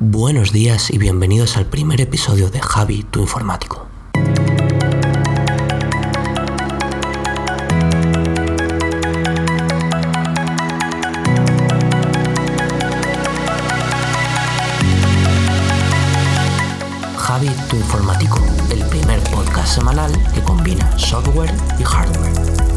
Buenos días y bienvenidos al primer episodio de Javi, tu informático. Javi, tu informático, el primer podcast semanal que combina software y hardware.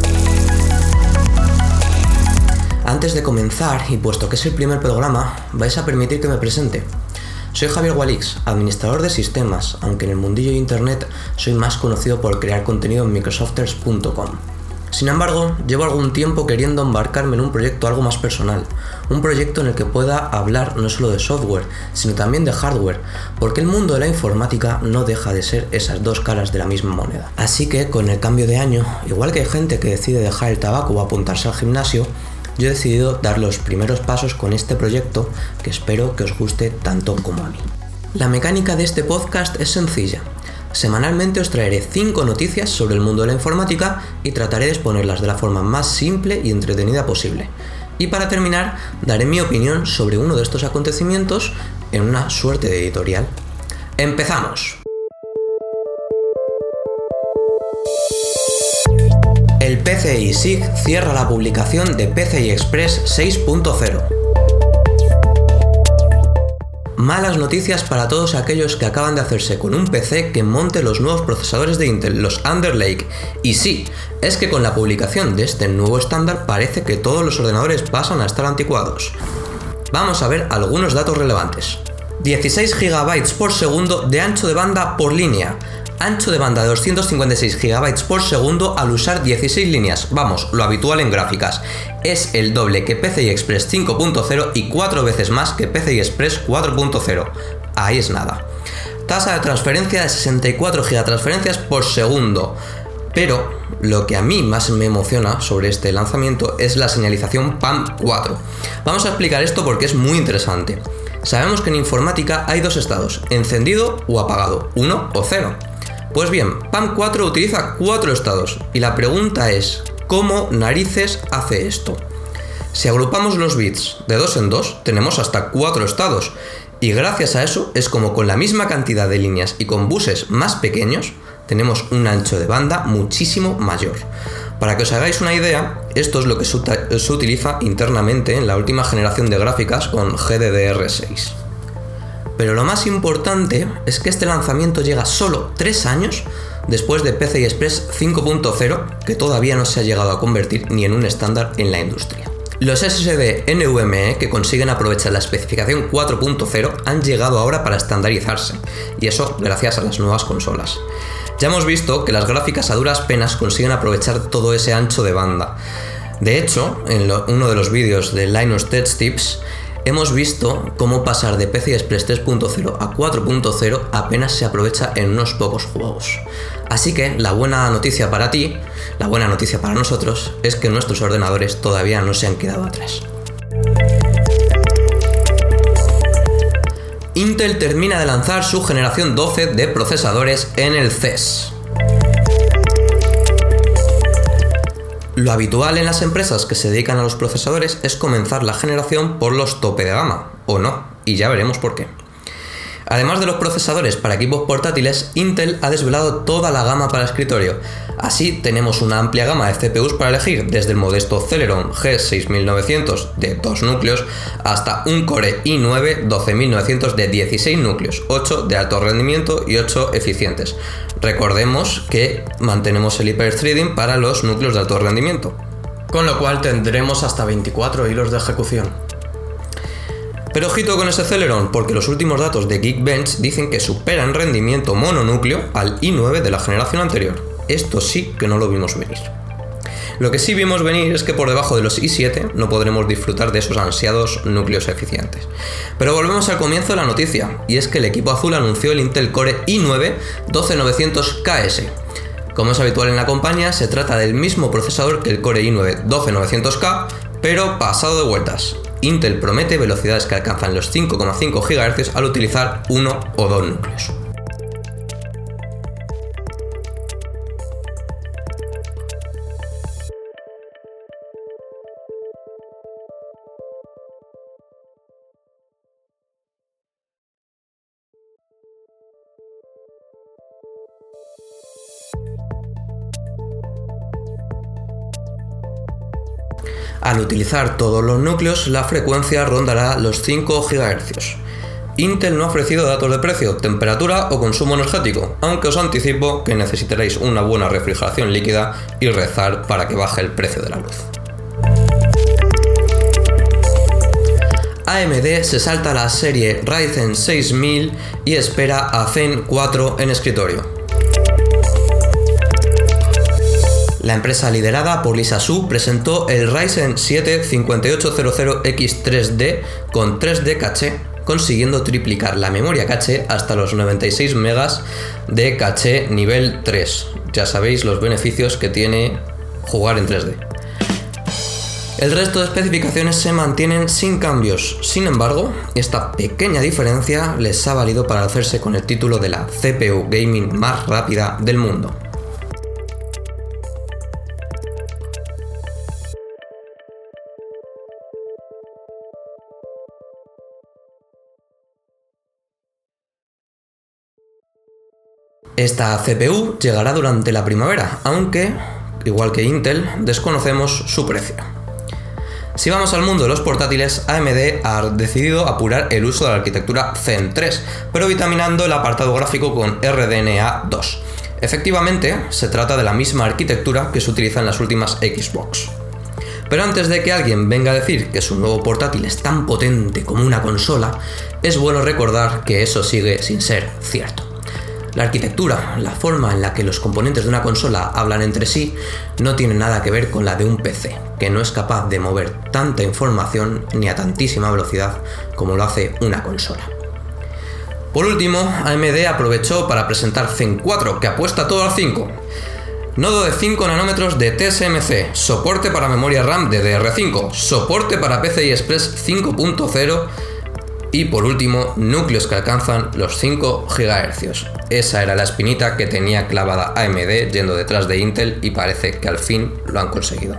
Antes de comenzar, y puesto que es el primer programa, vais a permitir que me presente. Soy Javier Gualix, administrador de sistemas, aunque en el mundillo de internet soy más conocido por crear contenido en microsofters.com. Sin embargo, llevo algún tiempo queriendo embarcarme en un proyecto algo más personal, un proyecto en el que pueda hablar no solo de software, sino también de hardware, porque el mundo de la informática no deja de ser esas dos caras de la misma moneda. Así que, con el cambio de año, igual que hay gente que decide dejar el tabaco o apuntarse al gimnasio, yo he decidido dar los primeros pasos con este proyecto que espero que os guste tanto como a mí. La mecánica de este podcast es sencilla. Semanalmente os traeré 5 noticias sobre el mundo de la informática y trataré de exponerlas de la forma más simple y entretenida posible. Y para terminar, daré mi opinión sobre uno de estos acontecimientos en una suerte de editorial. ¡Empezamos! El PCI SIG cierra la publicación de PCI Express 6.0. Malas noticias para todos aquellos que acaban de hacerse con un PC que monte los nuevos procesadores de Intel, los Alder Lake. Y sí, es que con la publicación de este nuevo estándar parece que todos los ordenadores pasan a estar anticuados. Vamos a ver algunos datos relevantes. 16 GB por segundo de ancho de banda por línea. Ancho de banda de 256 GB por segundo al usar 16 líneas, vamos, lo habitual en gráficas. Es el doble que PCI Express 5.0 y 4 veces más que PCI Express 4.0. Ahí es nada. Tasa de transferencia de 64 gigatransferencias por segundo. Pero lo que a mí más me emociona sobre este lanzamiento es la señalización PAM4. Vamos a explicar esto porque es muy interesante. Sabemos que en informática hay dos estados, encendido o apagado, 1 o 0. Pues bien, PAM4 utiliza 4 estados y la pregunta es, ¿cómo narices hace esto? Si agrupamos los bits de 2 en 2, tenemos hasta 4 estados y gracias a eso es como con la misma cantidad de líneas y con buses más pequeños tenemos un ancho de banda muchísimo mayor. Para que os hagáis una idea, esto es lo que se utiliza internamente en la última generación de gráficas con GDDR6. Pero lo más importante es que este lanzamiento llega solo 3 años después de PCI Express 5.0, que todavía no se ha llegado a convertir ni en un estándar en la industria. Los SSD NVMe que consiguen aprovechar la especificación 4.0 han llegado ahora para estandarizarse, y eso gracias a las nuevas consolas. Ya hemos visto que las gráficas a duras penas consiguen aprovechar todo ese ancho de banda. De hecho, en uno de los vídeos de Linus Tech Tips, hemos visto cómo pasar de PCI Express 3.0 a 4.0 apenas se aprovecha en unos pocos juegos. Así que la buena noticia para ti, la buena noticia para nosotros, es que nuestros ordenadores todavía no se han quedado atrás. Intel termina de lanzar su generación 12 de procesadores en el CES. Lo habitual en las empresas que se dedican a los procesadores es comenzar la generación por los tope de gama, o no, y ya veremos por qué. Además de los procesadores para equipos portátiles, Intel ha desvelado toda la gama para escritorio. Así tenemos una amplia gama de CPUs para elegir, desde el modesto Celeron G6900 de 2 núcleos hasta un Core i9 12900 de 16 núcleos, 8 de alto rendimiento y 8 eficientes. Recordemos que mantenemos el hyper-threading para los núcleos de alto rendimiento, con lo cual tendremos hasta 24 hilos de ejecución. Pero ojito con ese Celeron, porque los últimos datos de Geekbench dicen que supera en rendimiento mononúcleo al i9 de la generación anterior. Esto sí que no lo vimos venir. Lo que sí vimos venir es que por debajo de los i7 no podremos disfrutar de esos ansiados núcleos eficientes. Pero volvemos al comienzo de la noticia, y es que el equipo azul anunció el Intel Core i9 12900KS. Como es habitual en la compañía, se trata del mismo procesador que el Core i9 12900K, pero pasado de vueltas. Intel promete velocidades que alcanzan los 5,5 GHz al utilizar 1 o 2 núcleos. Al utilizar todos los núcleos, la frecuencia rondará los 5 GHz. Intel no ha ofrecido datos de precio, temperatura o consumo energético, aunque os anticipo que necesitaréis una buena refrigeración líquida y rezar para que baje el precio de la luz. AMD se salta la serie Ryzen 6000 y espera a Zen 4 en escritorio. La empresa liderada por Lisa Su presentó el Ryzen 7 5800X3D con 3D caché, consiguiendo triplicar la memoria caché hasta los 96 MB de caché nivel 3. Ya sabéis los beneficios que tiene jugar en 3D. El resto de especificaciones se mantienen sin cambios. Sin embargo, esta pequeña diferencia les ha valido para hacerse con el título de la CPU gaming más rápida del mundo. Esta CPU llegará durante la primavera, aunque, igual que Intel, desconocemos su precio. Si vamos al mundo de los portátiles, AMD ha decidido apurar el uso de la arquitectura Zen 3, pero vitaminando el apartado gráfico con RDNA 2. Efectivamente, se trata de la misma arquitectura que se utiliza en las últimas Xbox. Pero antes de que alguien venga a decir que su nuevo portátil es tan potente como una consola, es bueno recordar que eso sigue sin ser cierto. La arquitectura, la forma en la que los componentes de una consola hablan entre sí, no tiene nada que ver con la de un PC, que no es capaz de mover tanta información ni a tantísima velocidad como lo hace una consola. Por último, AMD aprovechó para presentar Zen 4, que apuesta todo al 5. Nodo de 5 nanómetros de TSMC, soporte para memoria RAM DDR5, soporte para PCI Express 5.0 y por último, núcleos que alcanzan los 5 GHz. Esa era la espinita que tenía clavada AMD yendo detrás de Intel y parece que al fin lo han conseguido.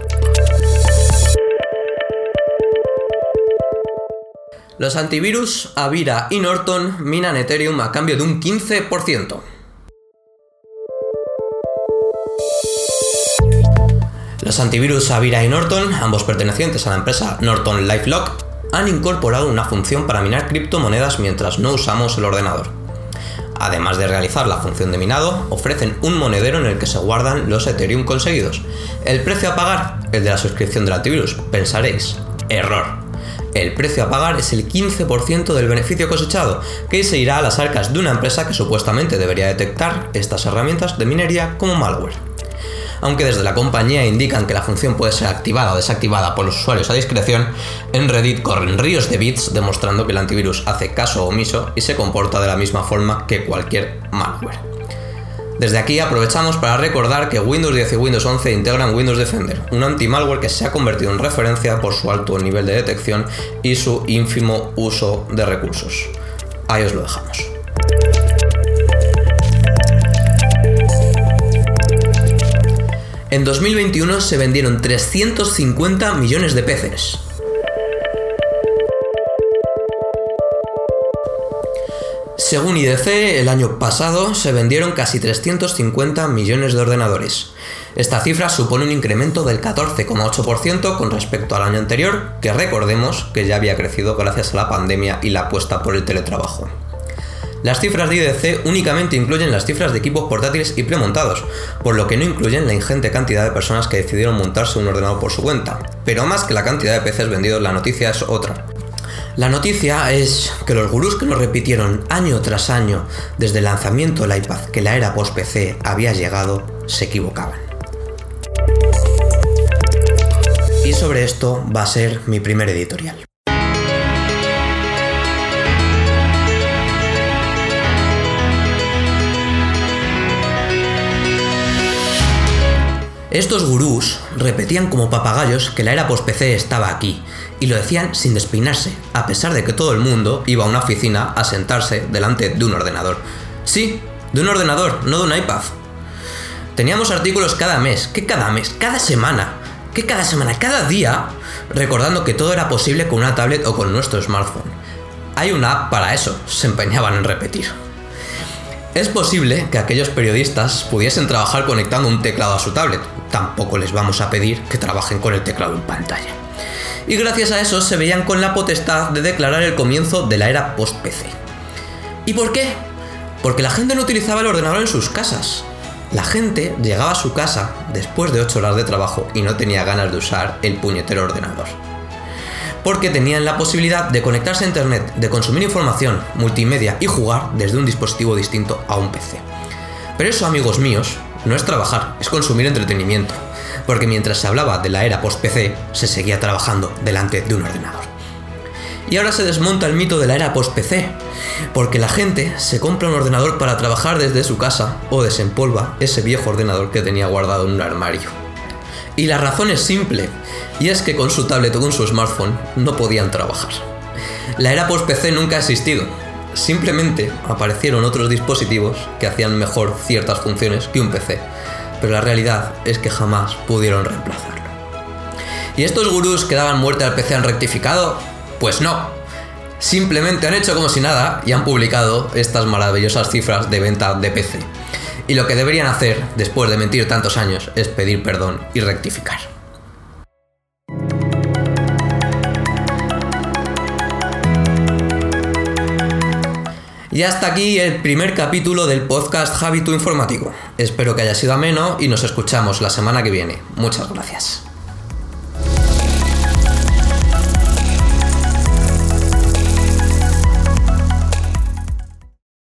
Los antivirus Avira y Norton minan Ethereum a cambio de un 15%. Los antivirus Avira y Norton, ambos pertenecientes a la empresa NortonLifeLock, han incorporado una función para minar criptomonedas mientras no usamos el ordenador. Además de realizar la función de minado, ofrecen un monedero en el que se guardan los Ethereum conseguidos. ¿El precio a pagar? El de la suscripción del antivirus. Pensaréis, error. El precio a pagar es el 15% del beneficio cosechado, que se irá a las arcas de una empresa que supuestamente debería detectar estas herramientas de minería como malware. Aunque desde la compañía indican que la función puede ser activada o desactivada por los usuarios a discreción, en Reddit corren ríos de bits demostrando que el antivirus hace caso omiso y se comporta de la misma forma que cualquier malware. Desde aquí aprovechamos para recordar que Windows 10 y Windows 11 integran Windows Defender, un anti-malware que se ha convertido en referencia por su alto nivel de detección y su ínfimo uso de recursos. Ahí os lo dejamos. En 2021 se vendieron 350 millones de PCs. Según IDC, el año pasado se vendieron casi 350 millones de ordenadores. Esta cifra supone un incremento del 14,8% con respecto al año anterior, que recordemos que ya había crecido gracias a la pandemia y la apuesta por el teletrabajo. Las cifras de IDC únicamente incluyen las cifras de equipos portátiles y premontados, por lo que no incluyen la ingente cantidad de personas que decidieron montarse un ordenador por su cuenta. Pero más que la cantidad de PCs vendidos, la noticia es otra. La noticia es que los gurús que nos repitieron año tras año desde el lanzamiento del iPad que la era post-PC había llegado, se equivocaban. Y sobre esto va a ser mi primer editorial. Estos gurús repetían como papagayos que la era post-PC estaba aquí, y lo decían sin despeinarse, a pesar de que todo el mundo iba a una oficina a sentarse delante de un ordenador. Sí, de un ordenador, no de un iPad. Teníamos artículos cada mes, cada semana, cada día, recordando que todo era posible con una tablet o con nuestro smartphone. Hay una app para eso, se empeñaban en repetir. Es posible que aquellos periodistas pudiesen trabajar conectando un teclado a su tablet, tampoco les vamos a pedir que trabajen con el teclado en pantalla. Y gracias a eso se veían con la potestad de declarar el comienzo de la era post-PC. ¿Y por qué? Porque la gente no utilizaba el ordenador en sus casas. La gente llegaba a su casa después de 8 horas de trabajo y no tenía ganas de usar el puñetero ordenador. Porque tenían la posibilidad de conectarse a internet, de consumir información, multimedia y jugar desde un dispositivo distinto a un PC. Pero eso, amigos míos, no es trabajar, es consumir entretenimiento. Porque mientras se hablaba de la era post-PC, se seguía trabajando delante de un ordenador. Y ahora se desmonta el mito de la era post-PC, porque la gente se compra un ordenador para trabajar desde su casa o desempolva ese viejo ordenador que tenía guardado en un armario. Y la razón es simple, y es que con su tablet o con su smartphone no podían trabajar. La era post-PC nunca ha existido, simplemente aparecieron otros dispositivos que hacían mejor ciertas funciones que un PC, pero la realidad es que jamás pudieron reemplazarlo. ¿Y estos gurús que daban muerte al PC han rectificado? Pues no, simplemente han hecho como si nada y han publicado estas maravillosas cifras de venta de PC. Y lo que deberían hacer, después de mentir tantos años, es pedir perdón y rectificar. Y hasta aquí el primer capítulo del podcast Hábito Informático. Espero que haya sido ameno y nos escuchamos la semana que viene. Muchas gracias.